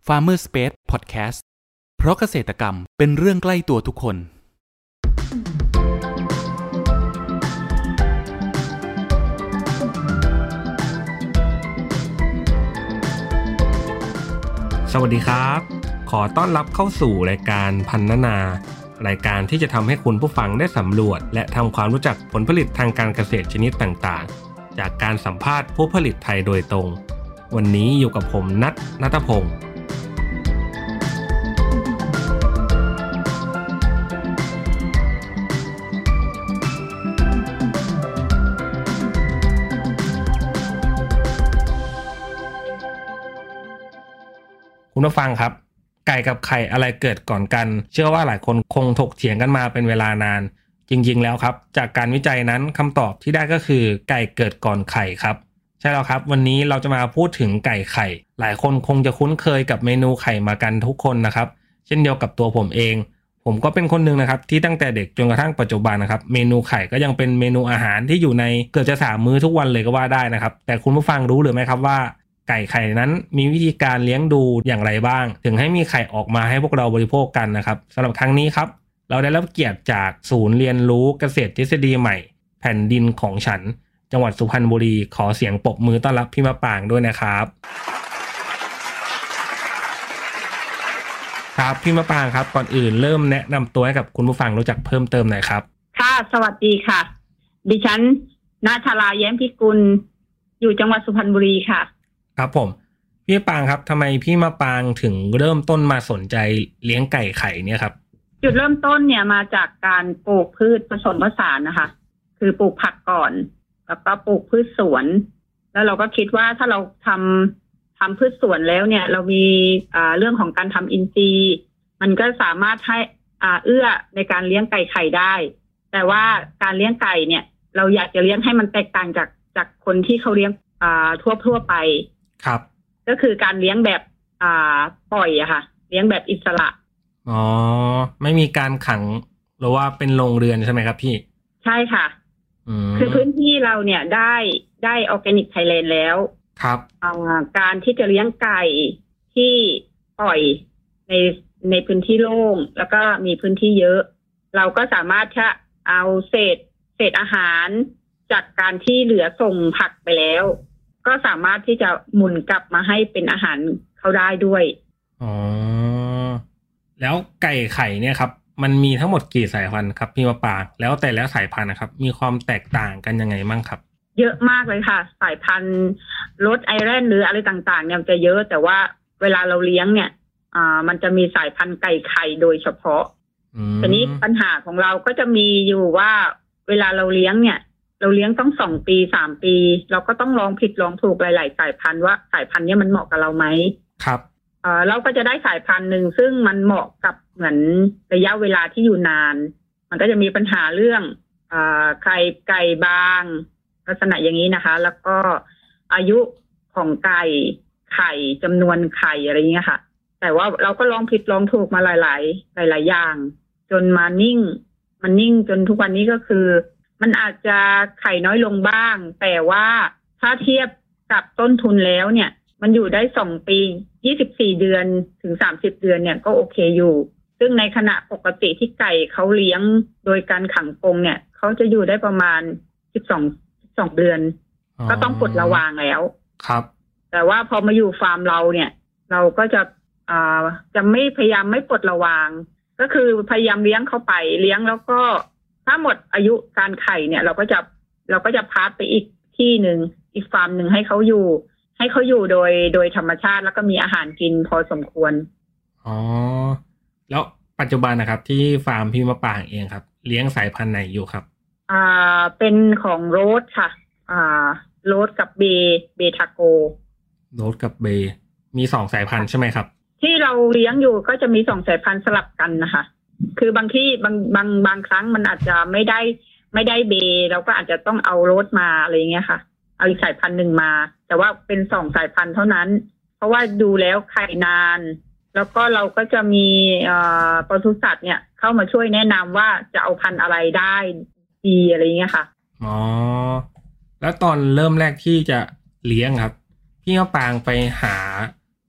Farmer Space Podcast เพราะเกษตรกรรมเป็นเรื่องใกล้ตัวทุกคนสวัสดีครับขอต้อนรับเข้าสู่รายการพันนารายการที่จะทำให้คุณผู้ฟังได้สำรวจและทำความรู้จักผลผลิตทางการเกษตรชนิดต่างๆจากการสัมภาษณ์ผู้ผลิตไทยโดยตรงวันนี้อยู่กับผมณัฐพงศ์คุณผู้ฟังครับไก่กับไข่อะไรเกิดก่อนกันเชื่อว่าหลายคนคงถกเถียงกันมาเป็นเวลานานจริงๆแล้วครับจากการวิจัยนั้นคำตอบที่ได้ก็คือไก่เกิดก่อนไข่ครับใช่แล้วครับวันนี้เราจะมาพูดถึงไก่ไข่หลายคนคงจะคุ้นเคยกับเมนูไข่มากันทุกคนนะครับเช่นเดียวกับตัวผมเองผมก็เป็นคนหนึ่งนะครับที่ตั้งแต่เด็กจนกระทั่งปัจจุบันนะครับเมนูไข่ก็ยังเป็นเมนูอาหารที่อยู่ในเกือบจะ3มื้อทุกวันเลยก็ว่าได้นะครับแต่คุณผู้ฟังรู้หรือไม่ครับว่าไก่ไข่นั้นมีวิธีการเลี้ยงดูอย่างไรบ้างถึงให้มีไข่ออกมาให้พวกเราบริโภคกันนะครับสำหรับครั้งนี้ครับเราได้รับเกียรติจากศูนย์เรียนรู้เกษตรทฤษฎีใหม่แผ่นดินของฉันจังหวัดสุพรรณบุรีขอเสียงปรบมือต้อนรับพี่มะปรางด้วยนะครับครับพี่มะปรางครับก่อนอื่นเริ่มแนะนำตัวให้กับคุณผู้ฟังรู้จักเพิ่มเติมหน่อยครับค่ะสวัสดีค่ะดิฉันณชลาแย้มพิกุลอยู่จังหวัดสุพรรณบุรีค่ะครับผมพี่มะปรางครับทำไมพี่มะปรางถึงเริ่มต้นมาสนใจเลี้ยงไก่ไข่เนี่ยครับจุดเริ่มต้นเนี่ยมาจากการปลูกพืชผสมผสานนะคะคือปลูกผักก่อนแล้วก็ปลูกพืชสวนแล้วเราก็คิดว่าถ้าเราทำพืชสวนแล้วเนี่ยเรามีเรื่องของการทำอินทรีย์มันก็สามารถให้เอื้อในการเลี้ยงไก่ไข่ได้แต่ว่าการเลี้ยงไก่เนี่ยเราอยากจะเลี้ยงให้มันแตกต่างจากคนที่เขาเลี้ยงทั่วไปครับก็คือการเลี้ยงแบบปล่อยอะค่ะเลี้ยงแบบอิสระอ๋อไม่มีการขังหรือว่าเป็นโรงเรือนใช่ไหมครับพี่ใช่ค่ะคือพื้นที่เราเนี่ยได้ออร์แกนิกไทยแลนด์แล้วครับการที่จะเลี้ยงไก่ที่ปล่อยในพื้นที่โล่งแล้วก็มีพื้นที่เยอะเราก็สามารถจะเอาเศษอาหารจากการที่เหลือส่งผักไปแล้วก็สามารถที่จะหมุนกลับมาให้เป็นอาหารเขาได้ด้วยอ๋อแล้วไก่ไข่เนี่ยครับมันมีทั้งหมดกี่สายพันธุ์ครับพี่มะปรางแล้วแต่ละสายพันธุ์นะครับมีความแตกต่างกันยังไงบ้างครับเยอะมากเลยค่ะสายพันธุ์โรดไอแลนด์หรืออะไรต่างๆเนี่ยจะเยอะแต่ว่าเวลาเราเลี้ยงเนี่ยมันจะมีสายพันธุ์ไก่ไข่โดยเฉพาะทีนี้ปัญหาของเราก็จะมีอยู่ว่าเวลาเราเลี้ยงเนี่ยเราเลี้ยงต้อง2 ปี3 ปีเราก็ต้องลองผิดลองถูกหลายๆสายพันธุ์ว่าสายพันธุ์นี้มันเหมาะกับเราไหมครับเราก็จะได้สายพันธุ์หนึ่งซึ่งมันเหมาะกับเหมือนระยะเวลาที่อยู่นานมันก็จะมีปัญหาเรื่องไก่บางลักษณะอย่างนี้นะคะแล้วก็อายุของไก่ไข่จำนวนไข่อะไรอย่างเงี้ยค่ะแต่ว่าเราก็ลองผิดลองถูกมาหลายอย่างจนมานิ่งจนทุกวันนี้ก็คือมันอาจจะไข่น้อยลงบ้างแต่ว่าถ้าเทียบกับต้นทุนแล้วเนี่ยมันอยู่ได้2 ปี24 เดือนถึง30 เดือนเนี่ยก็โอเคอยู่ซึ่งในขณะปกติที่ไก่เขาเลี้ยงโดยการขังกรงเนี่ยเขาจะอยู่ได้ประมาณ12 เดือนก็ต้องปลดระวางแล้วครับแต่ว่าพอมาอยู่ฟาร์มเราเนี่ยเราก็จะไม่พยายามไม่ปลดระวางก็คือพยายามเลี้ยงเขาไปเลี้ยงแล้วก็ถ้าหมดอายุการไข่เนี่ยเราก็จะพาไปอีกที่หนึ่งอีกฟาร์มหนึ่งให้เขาอยู่โดยธรรมชาติแล้วก็มีอาหารกินพอสมควรอ๋อแล้วปัจจุบันนะครับที่ฟาร์มพี่มะปรางเองครับเลี้ยงสายพันธุ์ไหนอยู่ครับเป็นของโรสค่ะโรสกับเบทาโกโรสกับเบมี2 สายพันธุ์ใช่ไหมครับที่เราเลี้ยงอยู่ก็จะมี2 สายพันธุ์สลับกันนะคะคือบางที่บางครั้งมันอาจจะไม่ได้เบเราก็อาจจะต้องเอาโรสมาอะไรอย่างเงี้ยค่ะเอาอีกสายพันธุ์หนึ่งมาแต่ว่าเป็น2 สายพันธุ์เท่านั้นเพราะว่าดูแล้วไข่นานแล้วก็เราก็จะมีปศุสัตว์เนี่ยเข้ามาช่วยแนะนำว่าจะเอาพันธุ์อะไรได้ดีอะไรอย่างเงี้ยค่ะอ๋อแล้วตอนเริ่มแรกที่จะเลี้ยงครับพี่มะปรางไปหา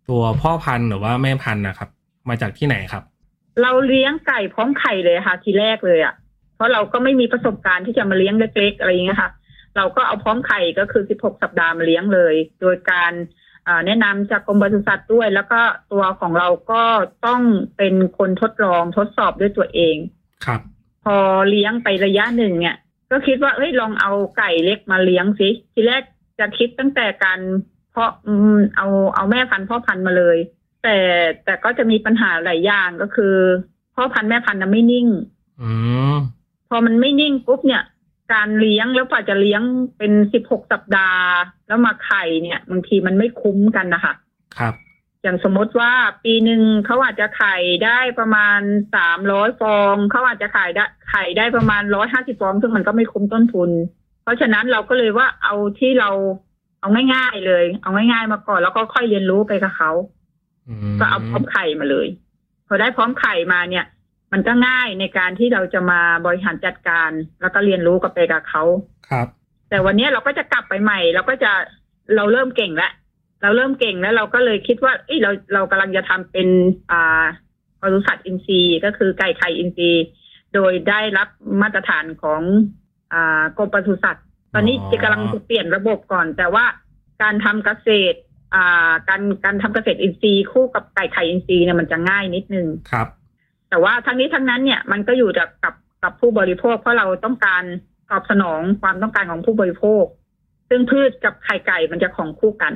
ตัวพ่อพันธุ์หรือว่าแม่พันธุ์นะครับมาจากที่ไหนครับเราเลี้ยงไก่พร้อมไข่เลยค่ะทีแรกเลยอ่ะเพราะเราก็ไม่มีประสบการณ์ที่จะมาเลี้ยงเล็กๆอะไรอย่างเงี้ยค่ะเราก็เอาพร้อมไข่ก็คือ16สัปดาห์มาเลี้ยงเลยโดยการแนะนำจากกรมปศุสัตว์ด้วยแล้วก็ตัวของเราก็ต้องเป็นคนทดลองทดสอบด้วยตัวเองครับพอเลี้ยงไประยะหนึ่งเนี่ยก็คิดว่าลองเอาไก่เล็กมาเลี้ยงสิทีแรกจะคิดตั้งแต่การเพาะเอาแม่พันธุ์พ่อพันธุ์มาเลยแต่ก็จะมีปัญหาหลายอย่างก็คือพ่อพันธุ์แม่พันธุ์ไม่นิ่งพอมันไม่นิ่งปุ๊บเนี่ยการเลี้ยงแล้วกว่าจะเลี้ยงเป็น16สัปดาห์แล้วมาไข่เนี่ยบางทีมันไม่คุ้มกันนะคะครับอย่างสมมติว่าปีหนึ่งเขาอาจจะไข่ได้ประมาณ300ฟองเขาอาจจะไข่ได้ประมาณ150ฟองซึ่งมันก็ไม่คุ้มต้นทุนเพราะฉะนั้นเราก็เลยว่าเอาที่เราเอาง่ายๆเลยเอาง่ายๆมาก่อนแล้วก็ค่อยเรียนรู้ไปกับเขาก็เอาพร้อมไข่มาเลยพอได้พร้อมไข่มาเนี่ยมันก็ง่ายในการที่เราจะมาบริหารจัดการแล้วก็เรียนรู้กับไปกับเขาครับแต่วันนี้เราก็จะกลับไปใหม่เราเริ่มเก่งแล้วเราก็เลยคิดว่าเรากำลังจะทำเป็นปศุสัตว์อินทรีย์ก็คือไก่ไข่อินทรีย์โดยได้รับมาตรฐานของกรมปศุสัตว์ตอนนี้จะกำลังจะเปลี่ยนระบบก่อนแต่ว่าการทำเกษตรการทำเกษตรอินทรีย์คู่กับไก่ไข่อินทรีย์เนี่ยมันจะง่ายนิดนึงครับแต่ว่าทั้งนี้ทั้งนั้นเนี่ยมันก็อยู่กับผู้บริโภคเพราะเราต้องการตอบสนองความต้องการของผู้บริโภคซึ่งพืชกับไข่ไก่มันจะของคู่กัน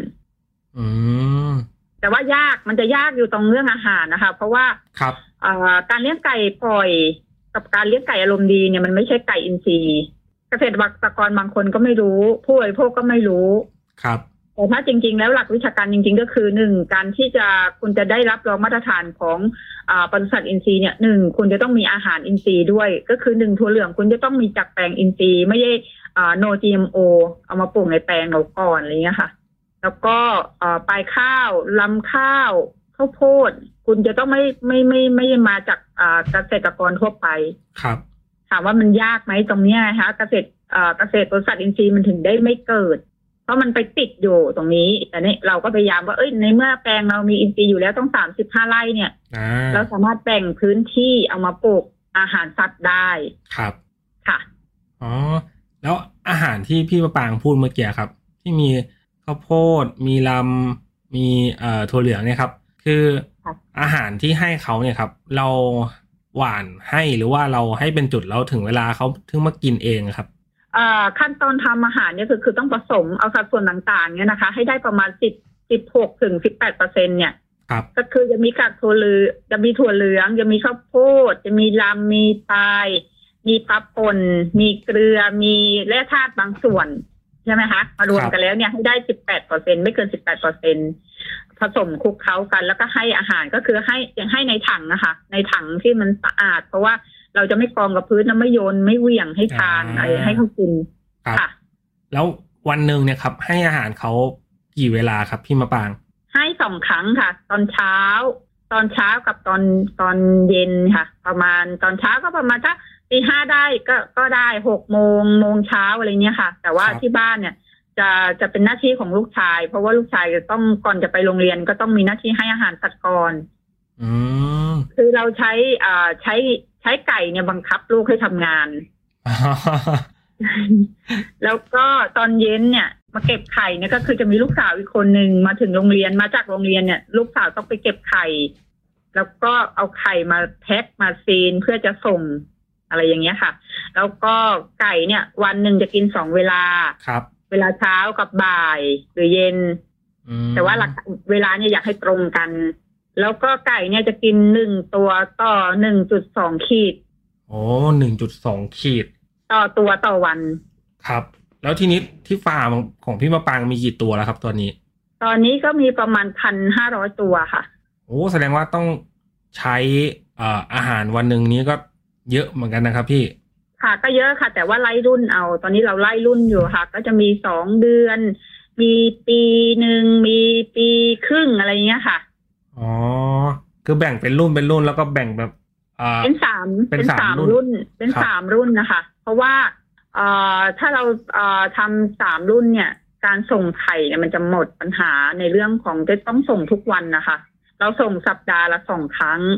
แต่ว่มันจะยากอยู่ตรงเรื่องอาหารนะคะเพราะว่าครับการเลี้ยงไก่ปล่อยกับการเลี้ยงไก่อารมณ์ดีเนี่ยมันไม่ใช่ไก่อินทรีย์เกษตรกรบางคนก็ไม่รู้ผู้บริโภคก็ไม่รู้ครับแต่ถ้าจริงๆแล้วหลักวิชาการจริงๆก็คือ1การที่คุณจะได้รับรองมาตรฐานของปศุสัตว์อินทรีย์เนี่ย1คุณจะต้องมีอาหารอินทรีย์ด้วยก็คือ1ถั่วเหลืองคุณจะต้องมีจากแปลงอินทรีย์ไม่ใช่no GMO เอามาปลูกในแปลงเราก่อนอะไรเงี้ยค่ะแล้วก็ปลายข้าวลำข้าวข้าวโพดคุณจะต้องไม่มาจากเกษตรกรทั่วไปครับถามว่ามันยากไหมตรงนี้นะคะเกษตรปศุสัตว์อินทรีย์มันถึงได้ไม่เกิดเพราะมันไปติดอยู่ตรงนี้แต่นี่เราก็พยายามว่าในเมื่อแปลงเรามีอินทรีย์อยู่แล้วต้อง35ไร่เนี่ยเราสามารถแบ่งพื้นที่เอามาปลูกอาหารสัตว์ได้ครับค่ะอ๋อแล้วอาหารที่พี่มะปรางพูดเมื่อกี้ครับที่มีข้าวโพดมีลำมีถั่วเหลืองเนี่ยครับคืออาหารที่ให้เขาเนี่ยครับเราหว่านให้หรือว่าเราให้เป็นจุดแล้วถึงเวลาเขาถึงมากินเองครับขั้นตอนทำอาหารเนี่ยคือต้องผสมเอาสัดส่วนต่างๆเนี่ยนะคะให้ได้ประมาณ16ถึง18%เนี่ยก็คือจะมีถั่วเหลืองจะมีถั่วเหลืองจะมีข้าวโพดจะมีลำมีปลายมีปลาป่นมีเกลือมีแร่ธาตุบางส่วนใช่ไหมคะมารวมกันแล้วเนี่ยให้ได้18%ไม่เกิน18%ผสมคลุกเคล้ากันแล้วก็ให้อาหารก็คือให้ในถังนะคะในถังที่มันสะอาดเพราะว่าเราจะไม่กองกับพื้นนะไม่โยนไม่เหวี่ยงให้ทานอะไรให้เขากินค่ะแล้ววันหนึ่งเนี่ยครับให้อาหารเขากี่เวลาครับพี่มะปรางให้2 ครั้งค่ะตอนเช้ากับตอนเย็นค่ะประมาณตอนเช้าก็ประมาณถ้าตี 5ได้ก็ได้6 โมงเช้าอะไรเงี้ยค่ะแต่ว่าที่บ้านเนี่ยจะเป็นหน้าที่ของลูกชายเพราะว่าลูกชายจะต้องก่อนจะไปโรงเรียนก็ต้องมีหน้าที่ให้อาหารสัตว์ก่อนคือเราใช้ไก่เนี่ยบังคับลูกให้ทำงาน แล้วก็ตอนเย็นเนี่ยมาเก็บไข่เนี่ยก็คือจะมีลูกสาวอีกคนนึงมาจากโรงเรียนเนี่ยลูกสาวต้องไปเก็บไข่แล้วก็เอาไข่มาแพ็คมาซีนเพื่อจะส่งอะไรอย่างเงี้ยค่ะแล้วก็ไก่เนี่ยวันหนึ่งจะกิน2 เวลาครับเวลาเช้ากับบ่ายหรือเย็นแต่ว่าเวลาเนี่ยอยากให้ตรงกันแล้วก็ไก่เนี่ยจะกิน1 ตัวต่อ 1.2 ขีดโอ้ 1.2 ขีดต่อตัวต่อวันครับแล้วทีนี้ที่ฟาร์มของพี่มะปรางมีกี่ตัวแล้วครับตอนนี้ก็มีประมาณ 1,500 ตัวค่ะโอ้แสดงว่าต้องใช้อาหารวันหนึ่งนี้ก็เยอะเหมือนกันนะครับพี่ค่ะก็เยอะค่ะแต่ว่าไล่รุ่นเอาตอนนี้เราไล่รุ่นอยู่ค่ะก็จะมี2 เดือนมีปีนึงมีปีครึ่งอะไรเงี้ยค่ะอ๋อคือแบ่งเป็นรุ่นแล้วก็แบ่งแบบเป็น3รุ่นเป็น3รุ่นนะคะเพราะว่าถ้าเราทำ3รุ่นเนี่ยการส่งไข่เนี่ยมันจะหมดปัญหาในเรื่องของจะต้องส่งทุกวันนะคะเราส่งสัปดาห์ละ2 ครั้ง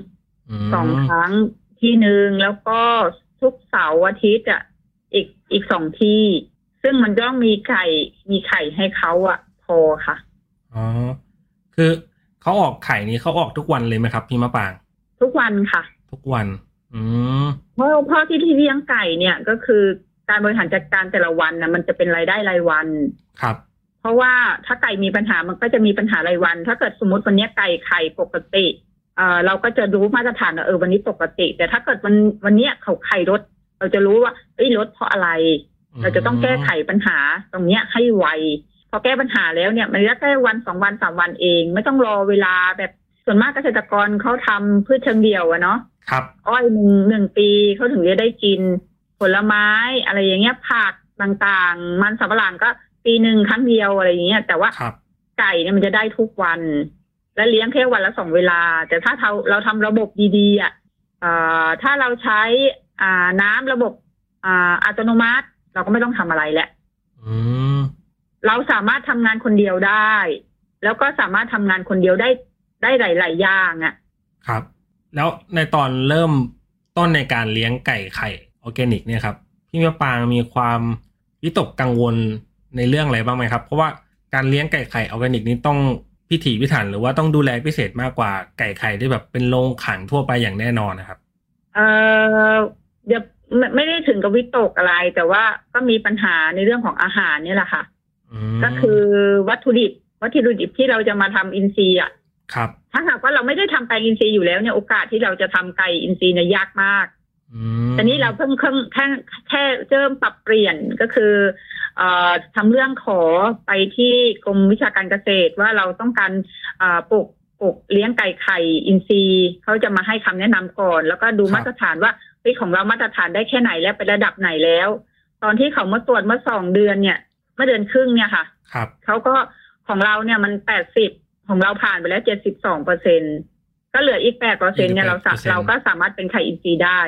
2 ครั้งที่หนึ่งแล้วก็ทุกเสาร์อาทิตย์อีก2 ที่ซึ่งมันต้องมีไข่ให้เขาพอค่ะอ๋อคือเขาออกไข่นี้เขาออกทุกวันเลยไหมครับพี่มะปางทุกวันค่ะทุกวันเพราะที่เลี้ยงไก่เนี่ยก็คือการบริหารจัดการแต่ละวันนะมันจะเป็นรายได้รายวันครับเพราะว่าถ้าไก่มีปัญหามันก็จะมีปัญหารายวันถ้าเกิดสมมติวันนี้ไก่ไข่ปกติเราก็จะรู้มาตรฐานว่าวันนี้ปกติแต่ถ้าเกิดวันนี้เขาไข่ลดเราจะรู้ว่าลดเพราะอะไรเราจะต้องแก้ไขปัญหาตรงเนี้ยให้ไวพอแก้ปัญหาแล้วเนี่ยมันจะแค่วัน2 วัน3 วันเองไม่ต้องรอเวลาแบบส่วนมากเกษตรกรเขาทำพืชเชิงเดี่ยวเนาะครับอ้อยหนึ่งปีเขาถึงจะได้กินผลไม้อะไรอย่างเงี้ยผักต่างๆมันสำปะหลังก็ปีหนึ่งครั้งเดียวอะไรอย่างเงี้ยแต่ว่าไก่เนี่ยมันจะได้ทุกวันและเลี้ยงแค่วันละ2 เวลาแต่ถ้าเราทำระบบดีๆถ้าเราใช้น้ำระบบอัตโนมัติเราก็ไม่ต้องทำอะไรแหละเราสามารถทำงานคนเดียวได้แล้วก็สามารถทำงานคนเดียวได้หลายๆอย่างครับแล้วในตอนเริ่มต้นในการเลี้ยงไก่ไข่ออร์แกนิกเนี่ยครับพี่มะปางมีความวิตกกังวลในเรื่องอะไรบ้างไหมครับเพราะว่าการเลี้ยงไก่ไข่ออร์แกนิกนี้ต้องพิถีพิถันหรือว่าต้องดูแลพิเศษมากกว่าไก่ไข่ที่แบบเป็นโรงขังทั่วไปอย่างแน่นอนนะครับเดี๋ยวไม่ได้ถึงกับวิตกอะไรแต่ว่าก็มีปัญหาในเรื่องของอาหารนี่แหละค่ะก็คือวัตถุดิบที่เราจะมาทำอินทรีย์ครับถ้าหากว่าเราไม่ได้ทำไก่อินทรีย์อยู่แล้วเนี่ยโอกาสที่เราจะทำไก่อินทรีย์เนี่ยยากมากแต่นี้เราเพิ่งแค่เริ่มปรับเปลี่ยนก็คือทำเรื่องขอไปที่กรมวิชาการเกษตรว่าเราต้องการปลูกเลี้ยงไก่ไข่อินทรีย์เขาจะมาให้คำแนะนำก่อนแล้วก็ดูมาตรฐานว่าของเรามาตรฐานได้แค่ไหนแล้วเป็นระดับไหนแล้วตอนที่เขามาตรวจเมื่อ2 เดือนเนี่ยเมื่อเดือนครึ่งเนี่ยค่ะเขาก็ของเราเนี่ยมัน80ของเราผ่านไปแล้ว 72% ก็เหลืออีก 8% เนี่ยเราก็สามารถเป็นไข่อินทรีย์ได้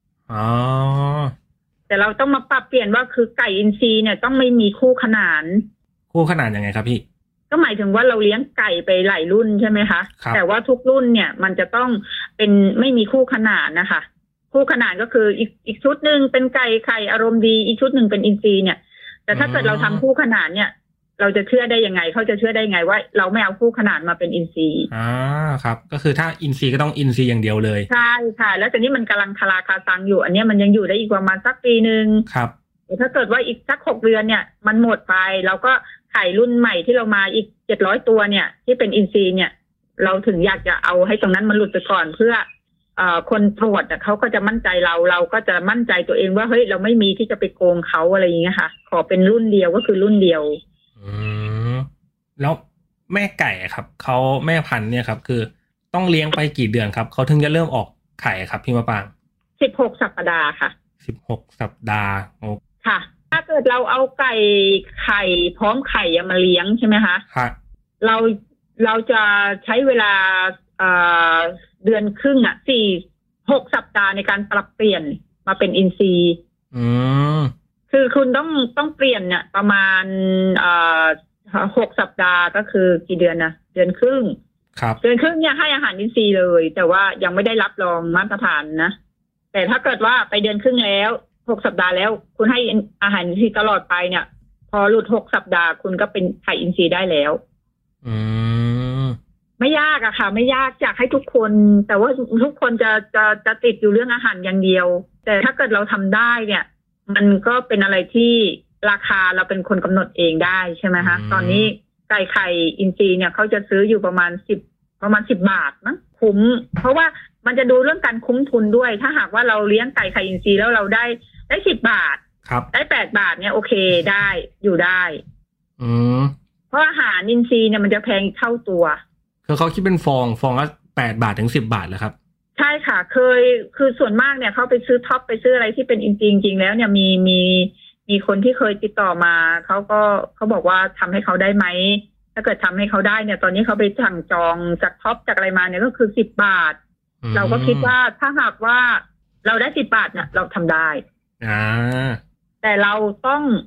แต่เราต้องมาปรับเปลี่ยนว่าคือไก่อินทรีย์เนี่ยต้องไม่มีคู่ขนานยังไงครับพี่ก็หมายถึงว่าเราเลี้ยงไก่ไปหลายรุ่นใช่ไหมคะแต่ว่าทุกรุ่นเนี่ยมันจะต้องเป็นไม่มีคู่ขนานนะคะคู่ขนานก็คืออีกชุดหนึ่งเป็นไก่ไข่อารมณ์ดีอีกชุดหนึ่งเป็นอินทรีย์เนี่ยแต่ถ้าเกิดเราทำคู่ขนานเนี่ยเราจะเชื่อได้ยังไงเขาจะเชื่อได้ไงว่าเราไม่เอาคู่ขนานมาเป็นอินทรีย์ครับก็คือถ้าอินทรีย์ก็ต้องอินทรีย์อย่างเดียวเลยใช่ค่ะแล้วแต่นี้มันกำลังคาราคาซังอยู่อันนี้มันยังอยู่ได้อีกประมาณสักปีนึงครับแต่ถ้าเกิดว่าอีกสัก6 เดือนเนี่ยมันหมดไปเราก็ไข่รุ่นใหม่ที่เรามาอีก700 ตัวเนี่ยที่เป็นอินทรีย์เนี่ยเราถึงอยากจะเอาให้ตรงนั้นมันหลุดไปก่อนเพื่อคนตรวจเขาก็จะมั่นใจเราก็จะมั่นใจตัวเองว่าเฮ้ยเราไม่มีที่จะไปโกงเขาอะไรอย่างเงี้ยค่ะขอเป็นรุ่นเดียวก็คือรุ่นเดียวแล้วแม่ไก่ครับเขาแม่พันธุ์เนี่ยครับคือต้องเลี้ยงไปกี่เดือนครับเขาถึงจะเริ่มออกไข่ครับพี่มะปาง 16 สัปดาห์ค่ะ 16 สัปดาห์ค่ะถ้าเกิดเราเอาไก่ไข่พร้อมไข่มาเลี้ยงใช่ไหมคะค่ะเราจะใช้เวลาเดือนครึ่ง6 สัปดาห์ในการปรับเปลี่ยนมาเป็นอินทรีย์คือคุณต้องเปลี่ยนเนี่ยประมาณ6 สัปดาห์ก็คือกี่เดือนนะเดือนครึ่งครับเดือนครึ่งเนี่ยให้อาหารอินทรีย์เลยแต่ว่ายังไม่ได้รับรองมาตรฐานนะแต่ถ้าเกิดว่าไปเดือนครึ่งแล้ว6 สัปดาห์แล้วคุณให้อาหารอินทรีย์ตลอดไปเนี่ยพอหลุด6 สัปดาห์คุณก็เป็นไข่อินทรีย์ได้แล้วไม่ยากค่ะไม่ยากอยากให้ทุกคนแต่ว่าทุกคนจะติดอยู่เรื่องอาหารอย่างเดียวแต่ถ้าเกิดเราทำได้เนี่ยมันก็เป็นอะไรที่ราคาเราเป็นคนกำหนดเองได้ใช่ไหมคะตอนนี้ไก่ไข่อินทรีย์เนี่ยเขาจะซื้ออยู่ประมาณ10 บาทมั้งคุ้มเพราะว่ามันจะดูเรื่องการคุ้มทุนด้วยถ้าหากว่าเราเลี้ยงไก่ไข่อินทรีย์แล้วเราได้10 บาทได้8 บาทเนี่ยโอเคได้อยู่ได้เพราะอาหารอินทรีย์เนี่ยมันจะแพงเท่าตัวคือเขาคิดเป็นฟองละ8 บาทถึง10 บาทเหรอครับใช่ค่ะคือส่วนมากเนี่ยเขาไปซื้อท็อปไปซื้ออะไรที่เป็นอินทรีย์จริงๆแล้วเนี่ยมีคนที่เคยติดต่อมาเขาบอกว่าทำให้เขาได้ไหมถ้าเกิดทำให้เขาได้เนี่ยตอนนี้เขาไปสั่งจองจากท็อปจากอะไรมาเนี่ยก็คือ10 บาทเราก็คิดว่าถ้าหากว่าเราได้10 บาทเนี่ยเราทำได้แต่เราต้อง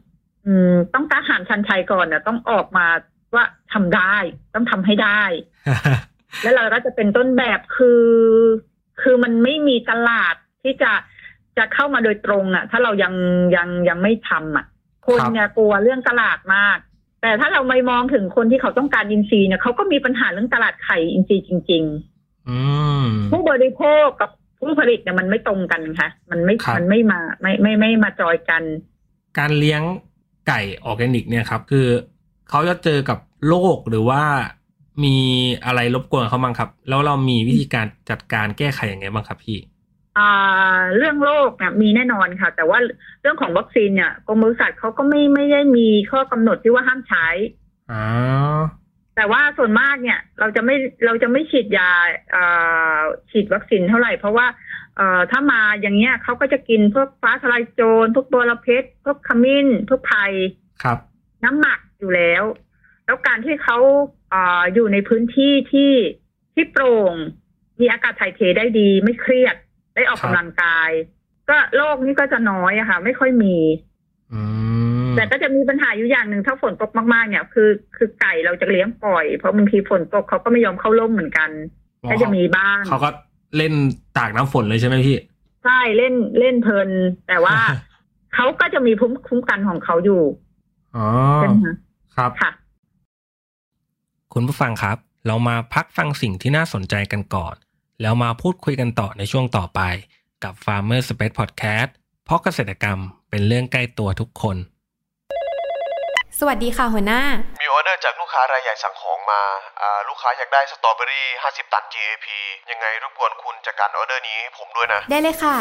ต้องกล้าหาญชันชัยก่อนนะต้องออกมาว่าทำได้ต้องทำให้ได้ แล้วเราก็จะเป็นต้นแบบคือมันไม่มีตลาดที่จะเข้ามาโดยตรงอ่ะถ้าเรายังไม่ทำอ่ะคนเนี่ยกลัวเรื่องตลาดมากแต่ถ้าเราไม่มองถึงคนที่เขาต้องการอินทรีย์เนี่ยเขาก็มีปัญหาเรื่องตลาดไข่อินทรีย์จริงๆผู้บริโภคกับผู้ผลิตเนี่ยมันไม่ตรงกันค่ะมันไม่มาจอยกันการเลี้ยงไก่ออร์แกนิกเนี่ยครับคือเขาจะเจอกับโรคหรือว่ามีอะไรรบกวนเขาบ้างครับแล้วเรามีวิธีการจัดการแก้ไขยังไงบ้างครับพี่เรื่องโรคเนี่ยมีแน่นอนค่ะแต่ว่าเรื่องของวัคซีนเนี่ยกรมปศุสัตว์เขาก็ไม่ได้มีข้อกำหนดที่ว่าห้ามใช้แต่ว่าส่วนมากเนี่ยเราจะไม่ฉีดยาฉีดวัคซีนเท่าไหร่เพราะว่าถ้ามาอย่างเงี้ยเขาก็จะกินพวกฟ้าทลายโจรพวกบอระเพ็ดพวกขมิ้นพวกไผ่ครับน้ำหมักอยู่แล้วการที่เขาอยู่ในพื้นที่ที่โปร่งมีอากาศถ่ายเทได้ดีไม่เครียดได้ออกกำลังกายก็โรคนี้ก็จะน้อยอะค่ะไม่ค่อยมีแต่ก็จะมีปัญหาอยู่อย่างหนึ่งถ้าฝนตกมากๆเนี่ยคือไก่เราจะเลี้ยงปล่อยเพราะบางทีฝนตกเขาก็ไม่ยอมเข้าร่มเหมือนกันก็จะมีบ้างเขาก็เล่นตากน้ำฝนเลยใช่ไหมพี่ใช่เล่นเพลินแต่ว่า เขาก็จะมีภูมิคุ้มกันของเขาอยู่ใช่ไหมครับค่ะคุณผู้ฟังครับเรามาพักฟังสิ่งที่น่าสนใจกันก่อนแล้วมาพูดคุยกันต่อในช่วงต่อไปกับ Farmer Space Podcast เพราะเกษตรกรรมเป็นเรื่องใกล้ตัวทุกคนสวัสดีค่ะหัวหน้ามีออเดอร์จากลูกค้ารายใหญ่สั่งของมาลูกค้าอยากได้สตรอเบอรี่50ตัน GAP ยังไงรบกวนคุณจัดการออเดอร์นี้ให้ผมด้วยนะได้เลยค่ะ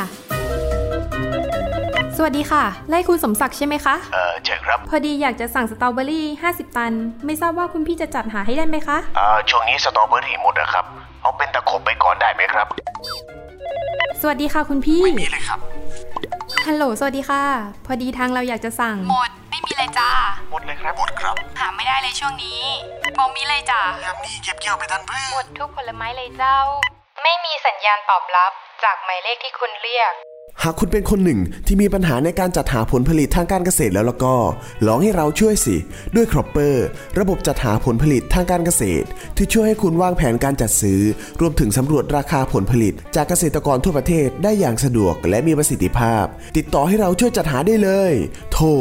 สวัสดีค่ะไล่คุณสมศักดิ์ใช่ไหมคะใช่ครับพอดีอยากจะสั่งสตรอเบอรี่50ตันไม่ทราบว่าคุณพี่จะจัดหาให้ได้ไหมคะช่วงนี้สตรอเบอรี่หมดนะครับเอาเป็นตะขบไปก่อนได้ไหมครับสวัสดีค่ะคุณพี่ไม่มีเลยครับฮัลโหลสวัสดีค่ะพอดีทางเราอยากจะสั่งหมดไม่มีเลยจ้าหมดเลยครับหมดครับหาไม่ได้เลยช่วงนี้บอมีเลยจ้ามีเก็บเกี่ยวไปทันเพื่อหมดทุกผลไม้เลยเจ้าไม่มีสัญญาณตอบรับจากหมายเลขที่คุณเรียกหากคุณเป็นคนหนึ่งที่มีปัญหาในการจัดหาผลผลิตทางการเกษตรแล้วก็ลองให้เราช่วยสิด้วยครอปเปอร์ระบบจัดหาผลผลิตทางการเกษตรที่ช่วยให้คุณวางแผนการจัดซื้อรวมถึงสำรวจราคาผลผลิตจากเกษตรกรทั่วประเทศได้อย่างสะดวกและมีประสิทธิภาพติดต่อให้เราช่วยจัดหาได้เลยโทร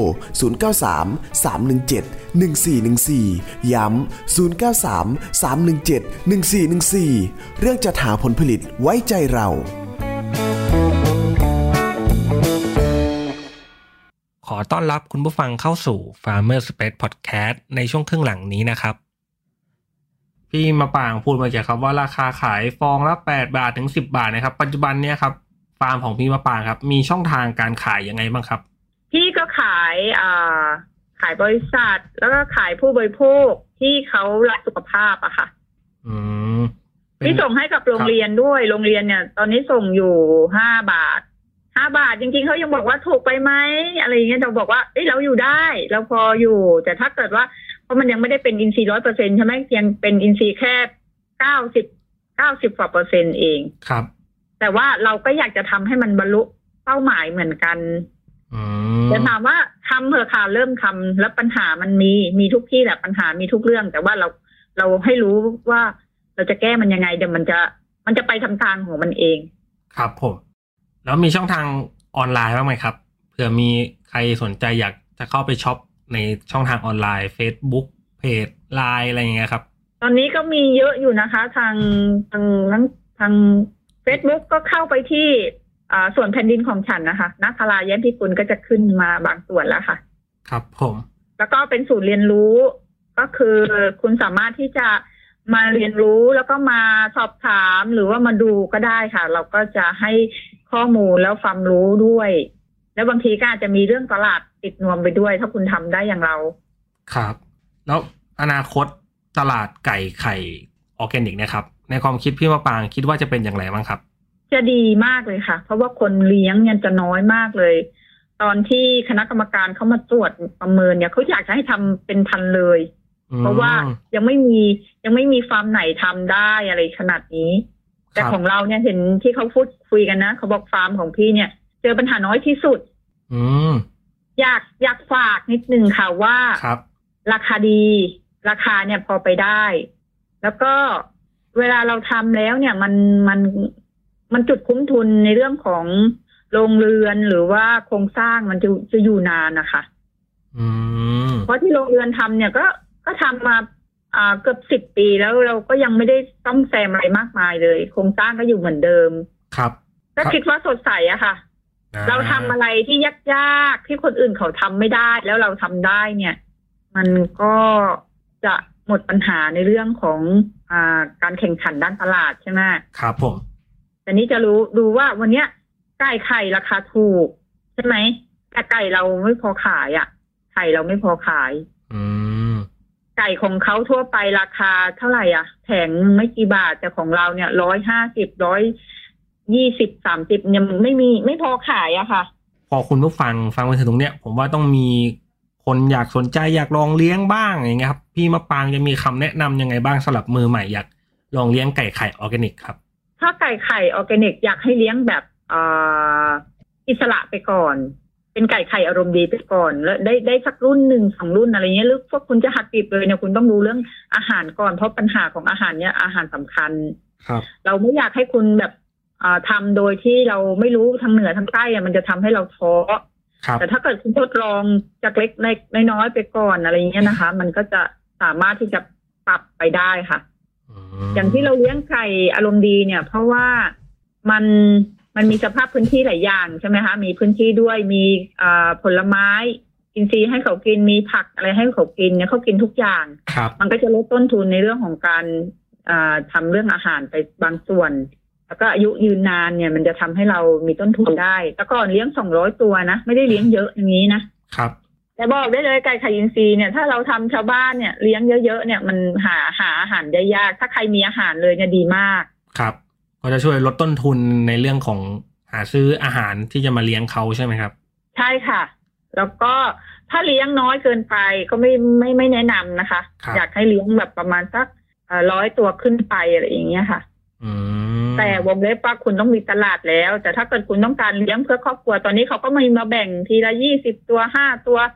0933171414ย้ำ0933171414เรื่องจัดหาผลผลิตไว้ใจเราขอต้อนรับคุณผู้ฟังเข้าสู่ Farmer Space Podcast ในช่วงครึ่งหลังนี้นะครับพี่มะปางพูดมาจากครับว่าราคาขายฟองละ8 บาทถึง10 บาทนะครับปัจจุบันเนี้ยครับฟาร์มของพี่มะปางครับมีช่องทางการขายยังไงบ้างครับพี่ก็ขายบริษัทแล้วก็ขายผู้บริโภคที่เขารักสุขภาพอะค่ะพี่ส่งให้กับโรงเรียนด้วยโรงเรียนเนี่ยตอนนี้ส่งอยู่5 บาทจริงๆเขายังบอกว่าถูกไปไหมอะไรอย่างเงี้ยเราบอกว่าเราอยู่ได้เราพออยู่แต่ถ้าเกิดว่าเพราะมันยังไม่ได้เป็นอินทรีย์ 100% ใช่ไหมยังเป็นอินทรีย์แค่90 กว่า%เองครับแต่ว่าเราก็อยากจะทำให้มันบรรลุเป้าหมายเหมือนกันแต่ถามว่าทำเถอะค่ะเริ่มทำแล้วปัญหามันมีทุกที่แหละปัญหามีทุกเรื่องแต่ว่าเราให้รู้ว่าเราจะแก้มันยังไงเดี๋ยวมันจะไปทางของมันเองครับผมแล้วมีช่องทางออนไลน์บ้างไหมครับเผื่อมีใครสนใจอยากจะเข้าไปช็อปในช่องทางออนไลน์ Facebook เพจ LINE อะไรอย่างเงี้ยครับตอนนี้ก็มีเยอะอยู่นะคะทาง Facebook ก็เข้าไปที่ส่วนแผ่นดินของฉันนะคะณทราแย้มพิกุลก็จะขึ้นมาบางส่วนแล้วค่ะครับผมแล้วก็เป็นศูนย์เรียนรู้ก็คือคุณสามารถที่จะมาเรียนรู้แล้วก็มาสอบถามหรือว่ามาดูก็ได้ค่ะเราก็จะให้ข้อมูลแล้วความรู้ด้วยแล้วบางทีก็อาจจะมีเรื่องตลาดติดนวมไปด้วยถ้าคุณทำได้อย่างเราครับแล้วอนาคตตลาดไก่ไข่ออร์แกนิกนะครับในความคิดพี่มะปางคิดว่าจะเป็นอย่างไรบ้างครับจะดีมากเลยค่ะเพราะว่าคนเลี้ยงเนี่ยจะน้อยมากเลยตอนที่คณะกรรมการเขามาตรวจประเมินเนี่ยเขาอยากจะให้ทำเป็นพันเลยเพราะว่ายังไม่มีฟาร์มไหนทำได้อะไรขนาดนี้แต่ของเราเนี่ยเห็นที่เขาพูดคุยกันนะเขาบอกฟาร์มของพี่เนี่ยเจอปัญหาน้อยที่สุดอยากฝากนิดนึงค่ะว่าราคาดีราคาเนี่ยพอไปได้แล้วก็เวลาเราทำแล้วเนี่ยมันจุดคุ้มทุนในเรื่องของโรงเรือนหรือว่าโครงสร้างมันจะอยู่นานนะคะเพราะที่โรงเรือนทำเนี่ยก็ทำมาเกือบ10 ปีแล้วเราก็ยังไม่ได้ซ่อมแซมอะไรมากมายเลยโครงสร้างก็อยู่เหมือนเดิมครับก็คิดว่าสดใสอะค่ะเราทำอะไรที่ยากๆที่คนอื่นเขาทำไม่ได้แล้วเราทำได้เนี่ยมันก็จะหมดปัญหาในเรื่องของการแข่งขันด้านตลาดใช่ไหมครับผมแต่นี้จะดูว่าวันเนี้ยไก่ไข่ราคาถูกใช่ไหมแต่ไก่เราไม่พอขายอ่ะไข่เราไม่พอขายไก่ของเขาทั่วไปราคาเท่าไหร่อ่ะแผงไม่กี่บาทแต่ของเราเนี่ย150 120 30เนี่ยไม่พอขายอะค่ะพอคุณผู้ฟังไปถึงตรงเนี้ยผมว่าต้องมีคนอยากสนใจอยากลองเลี้ยงบ้างอย่างเงี้ยครับพี่มะปางจะมีคำแนะนำยังไงบ้างสำหรับมือใหม่อยากลองเลี้ยงไก่ไข่ออร์แกนิกครับถ้าไก่ไข่ออร์แกนิกอยากให้เลี้ยงแบบอิสระไปก่อนเป็นไก่ไข่อารมณ์ดีไปก่อนแล้วได้สักรุ่น1 2รุ่นอะไรเงี้ยหรือพวกคุณจะหักดิบเลยเนี่ยคุณต้องรู้เรื่องอาหารก่อนเพราะปัญหาของอาหารเนี่ยอาหารสำคัญครับเราไม่อยากให้คุณแบบทำโดยที่เราไม่รู้ทางเหนือทางใต้มันจะทำให้เราท้อแต่ถ้าเกิดคุณทดลองจากเล็กน้อยไปก่อนอะไรเงี้ยนะคะมันก็จะสามารถที่จะปรับไปได้ค่ะอย่างที่เราเลี้ยงไก่อารมณ์ดีเนี่ยเพราะว่ามันมีสภาพพื้นที่หลายอย่างใช่ไหมคะมีพื้นที่ด้วยมีผลไม้อินทรีย์ให้เขากินมีผักอะไรให้เขากินเนี่ยเขากินทุกอย่างมันก็จะลดต้นทุนในเรื่องของการทำเรื่องอาหารไปบางส่วนแล้วก็อายุยืนนานเนี่ยมันจะทำให้เรามีต้นทุนได้แต่ก่อนเลี้ยง200 ตัวนะไม่ได้เลี้ยงเยอะอย่างนี้นะครับแต่บอกได้เลยไก่ไข่อินทรีย์เนี่ยถ้าเราทำชาวบ้านเนี่ยเลี้ยงเยอะๆเนี่ยมันหาอาหารได้ยากถ้าใครมีอาหารเลยเนี่ยดีมากครับก็จะช่วยลดต้นทุนในเรื่องของหาซื้ออาหารที่จะมาเลี้ยงเขาใช่ไหมครับใช่ค่ะแล้วก็ถ้าเลี้ยงน้อยเกินไปก็ไม่แนะนำนะคะอยากให้เลี้ยงแบบประมาณสัก100 ตัวขึ้นไปอะไรอย่างเงี้ยค่ะแต่วงเล็บว่าคุณต้องมีตลาดแล้วแต่ถ้าเกิดคุณต้องการเลี้ยงเพื่อครอบครัวตอนนี้เขาก็มาแบ่งทีละ20 ตัว5 ตัว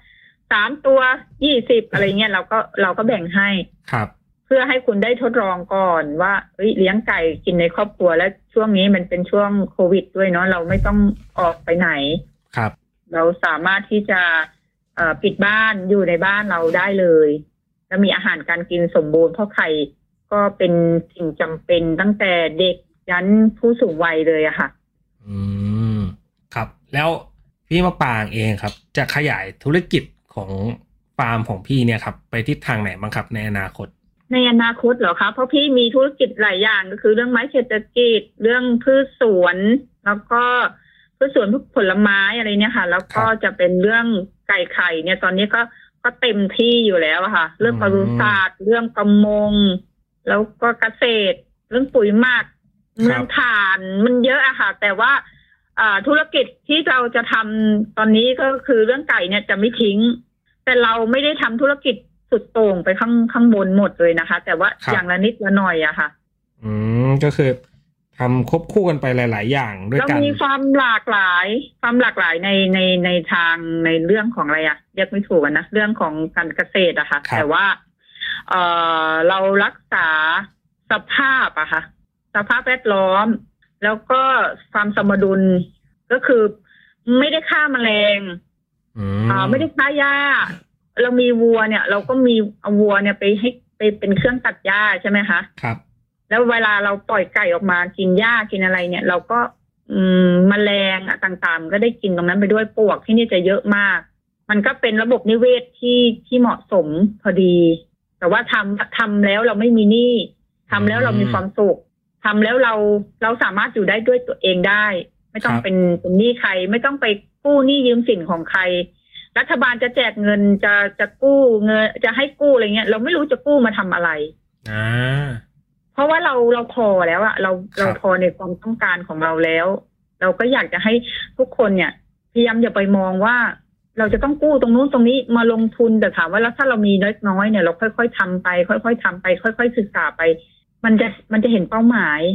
3 ตัว20อะไรเงี้ยเราก็แบ่งให้ครับเพื่อให้คุณได้ทดลองก่อนว่าเลี้ยงไก่กินในครอบครัวและช่วงนี้มันเป็นช่วงโควิดด้วยเนาะเราไม่ต้องออกไปไหนครับเราสามารถที่จะปิดบ้านอยู่ในบ้านเราได้เลยแล้วมีอาหารการกินสมบูรณ์เพราะไข่ก็เป็นสิ่งจำเป็นตั้งแต่เด็กยันผู้สูงวัยเลยอะค่ะครับแล้วพี่มะปางเองครับจะขยายธุรกิจของฟาร์มของพี่เนี่ยครับไปทิศทางไหนบ้างครับในอนาคตเหรอคะเพราะพี่มีธุรกิจหลายอย่างก็คือเรื่องไม้เศรษฐกิจเรื่องพืชสวนแล้วก็พืชสวนผลไม้อะไรเนี่ยค่ะแล้วก็จะเป็นเรื่องไก่ไข่เนี่ยตอนนี้ก็เต็มที่อยู่แล้วค่ะเรื่องปศุสัตว์เรื่องประมงแล้วก็เกษตรเรื่องปุ๋ยหมักเรื่องถ่านมันเยอะอะค่ะแต่ว่าธุรกิจที่เราจะทำตอนนี้ก็คือเรื่องไก่เนี่ยจะไม่ทิ้งแต่เราไม่ได้ทำธุรกิจสุดโต่งไปข้างบนหมดเลยนะคะแต่ว่าอย่างละนิดละหน่อยอะค่ะก็คือทำควบคู่กันไปหลายๆอย่างด้วยกันเรามีความหลากหลายในทางในเรื่องของอะไรอะเรียกไม่ถูกนะเรื่องของการเกษตรอะค่ะแต่ว่าเรารักษาสภาพอะค่ะสภาพแวดล้อมแล้วก็ความสมดุลก็คือไม่ได้ฆ่าแมลงไม่ได้ฆ่าหญ้าเรามีวัวเนี่ยเราก็มีเอาวัวเนี่ยไปเป็นเครื่องตัดหญ้าใช่ไหมคะครับแล้วเวลาเราปล่อยไก่ออกมากินหญ้ากินอะไรเนี่ยเราก็แมลงต่างๆก็ได้กินตรงนั้นไปด้วยปลวกที่นี่จะเยอะมากมันก็เป็นระบบนิเวศที่เหมาะสมพอดีแต่ว่าทำแล้วเราไม่มีหนี้ทำแล้วเรามีความสุขทำแล้วเราสามารถอยู่ได้ด้วยตัวเองได้ไม่ต้องเป็นหนี้ใครไม่ต้องไปกู้หนี้ยืมสินของใครรัฐบาลจะแจกเงินจะกู้เงินจะให้กู้อะไรเงี้ยเราไม่รู้จะกู้มาทำอะไรเพราะว่าเราพอแล้วอะเราพอในความต้องการของเราแล้วเราก็อยากจะให้ทุกคนเนี่ยพยายามอย่าไปมองว่าเราจะต้องกู้ตรงนู้นตรงนี้มาลงทุนแต่ถามว่าแล้วถ้าเรามีน้อยเนี่ยเราค่อยๆทำไปค่อยๆทำไปค่อยๆศึกษาไปมันจะเห็นเป้าหมาย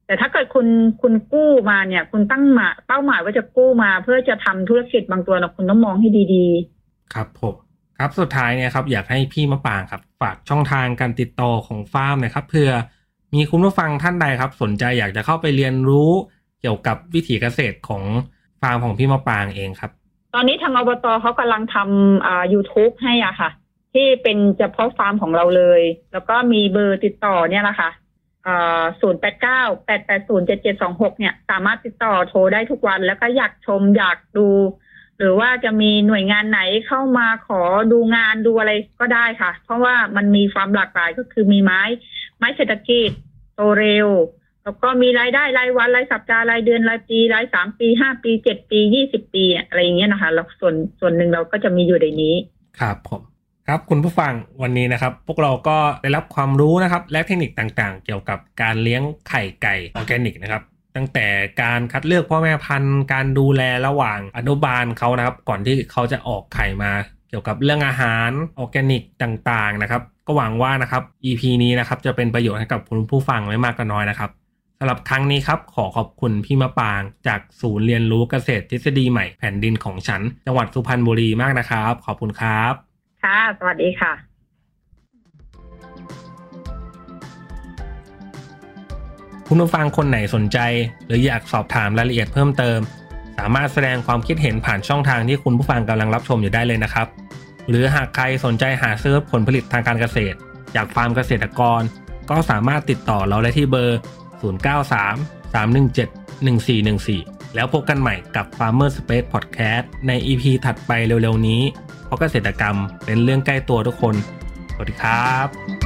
แต่ถ้าเกิดคุณกู้มาเนี่ยคุณตั้งเป้าหมายว่าจะกู้มาเพื่อจะทำธุรกิจบางตัวนะคุณต้องมองให้ดีๆครับผมครับสุดท้ายเนี่ยครับอยากให้พี่มะปรางครับฝากช่องทางการติดต่อของฟาร์มหน่อยครับเพื่อมีคุณผู้ฟังท่านใดครับสนใจอยากจะเข้าไปเรียนรู้เกี่ยวกับวิถีเกษตรของฟาร์มของพี่มะปรางเองครับตอนนี้ทางอบต.เขากำลังทำYouTube ให้อ่ะค่ะที่เป็นเฉพาะฟาร์มของเราเลยแล้วก็มีเบอร์ติดต่อเนี่ยแหละค่ะ089-880-7726เนี่ยสามารถติดต่อโทรได้ทุกวันแล้วก็อยากชมอยากดูหรือว่าจะมีหน่วยงานไหนเข้ามาขอดูงานดูอะไรก็ได้ค่ะเพราะว่ามันมีความหลากหลายก็คือมีไม้เศรษฐกิจโตเร็วแล้วก็มีรายได้รายวันรายสัปดาห์รายเดือนรายปีราย3 ปี5 ปี7 ปี20 ปีอะไรอย่างเงี้ยนะคะแล้วส่วนหนึ่งเราก็จะมีอยู่ในนี้ครับผมครับคุณผู้ฟังวันนี้นะครับพวกเราก็ได้รับความรู้นะครับและเทคนิคต่างๆเกี่ยวกับการเลี้ยงไข่ไก่ออร์แกนิกนะครับตั้งแต่การคัดเลือกพ่อแม่พันธุ์การดูแลระหว่างอนุบาลเขานะครับก่อนที่เขาจะออกไข่มาเกี่ยวกับเรื่องอาหารออร์แกนิกต่างๆนะครับก็หวังว่านะครับ EP นี้นะครับจะเป็นประโยชน์ให้กับคุณผู้ฟังไม่มากก็น้อยนะครับสำหรับครั้งนี้ครับขอขอบคุณพี่มะปรางจากศูนย์เรียนรู้เกษตรทฤษฎีใหม่แผ่นดินของฉันจังหวัดสุพรรณบุรีมากนะครับขอบคุณครับค่ะสวัสดีค่ะคุณผู้ฟังคนไหนสนใจหรืออยากสอบถามรายละเอียดเพิ่มเติมสามารถแสดงความคิดเห็นผ่านช่องทางที่คุณผู้ฟังกำลังรับชมอยู่ได้เลยนะครับหรือหากใครสนใจหาซื้อผลผลิตทางการเกษตรจากฟาร์มเกษตรกรก็สามารถติดต่อเราได้ที่เบอร์0933171414แล้วพบกันใหม่กับ Farmer Space Podcast ใน EP ถัดไปเร็วๆนี้เพราะเกษตรกรรมเป็นเรื่องใกล้ตัวทุกคนสวัสดีครับ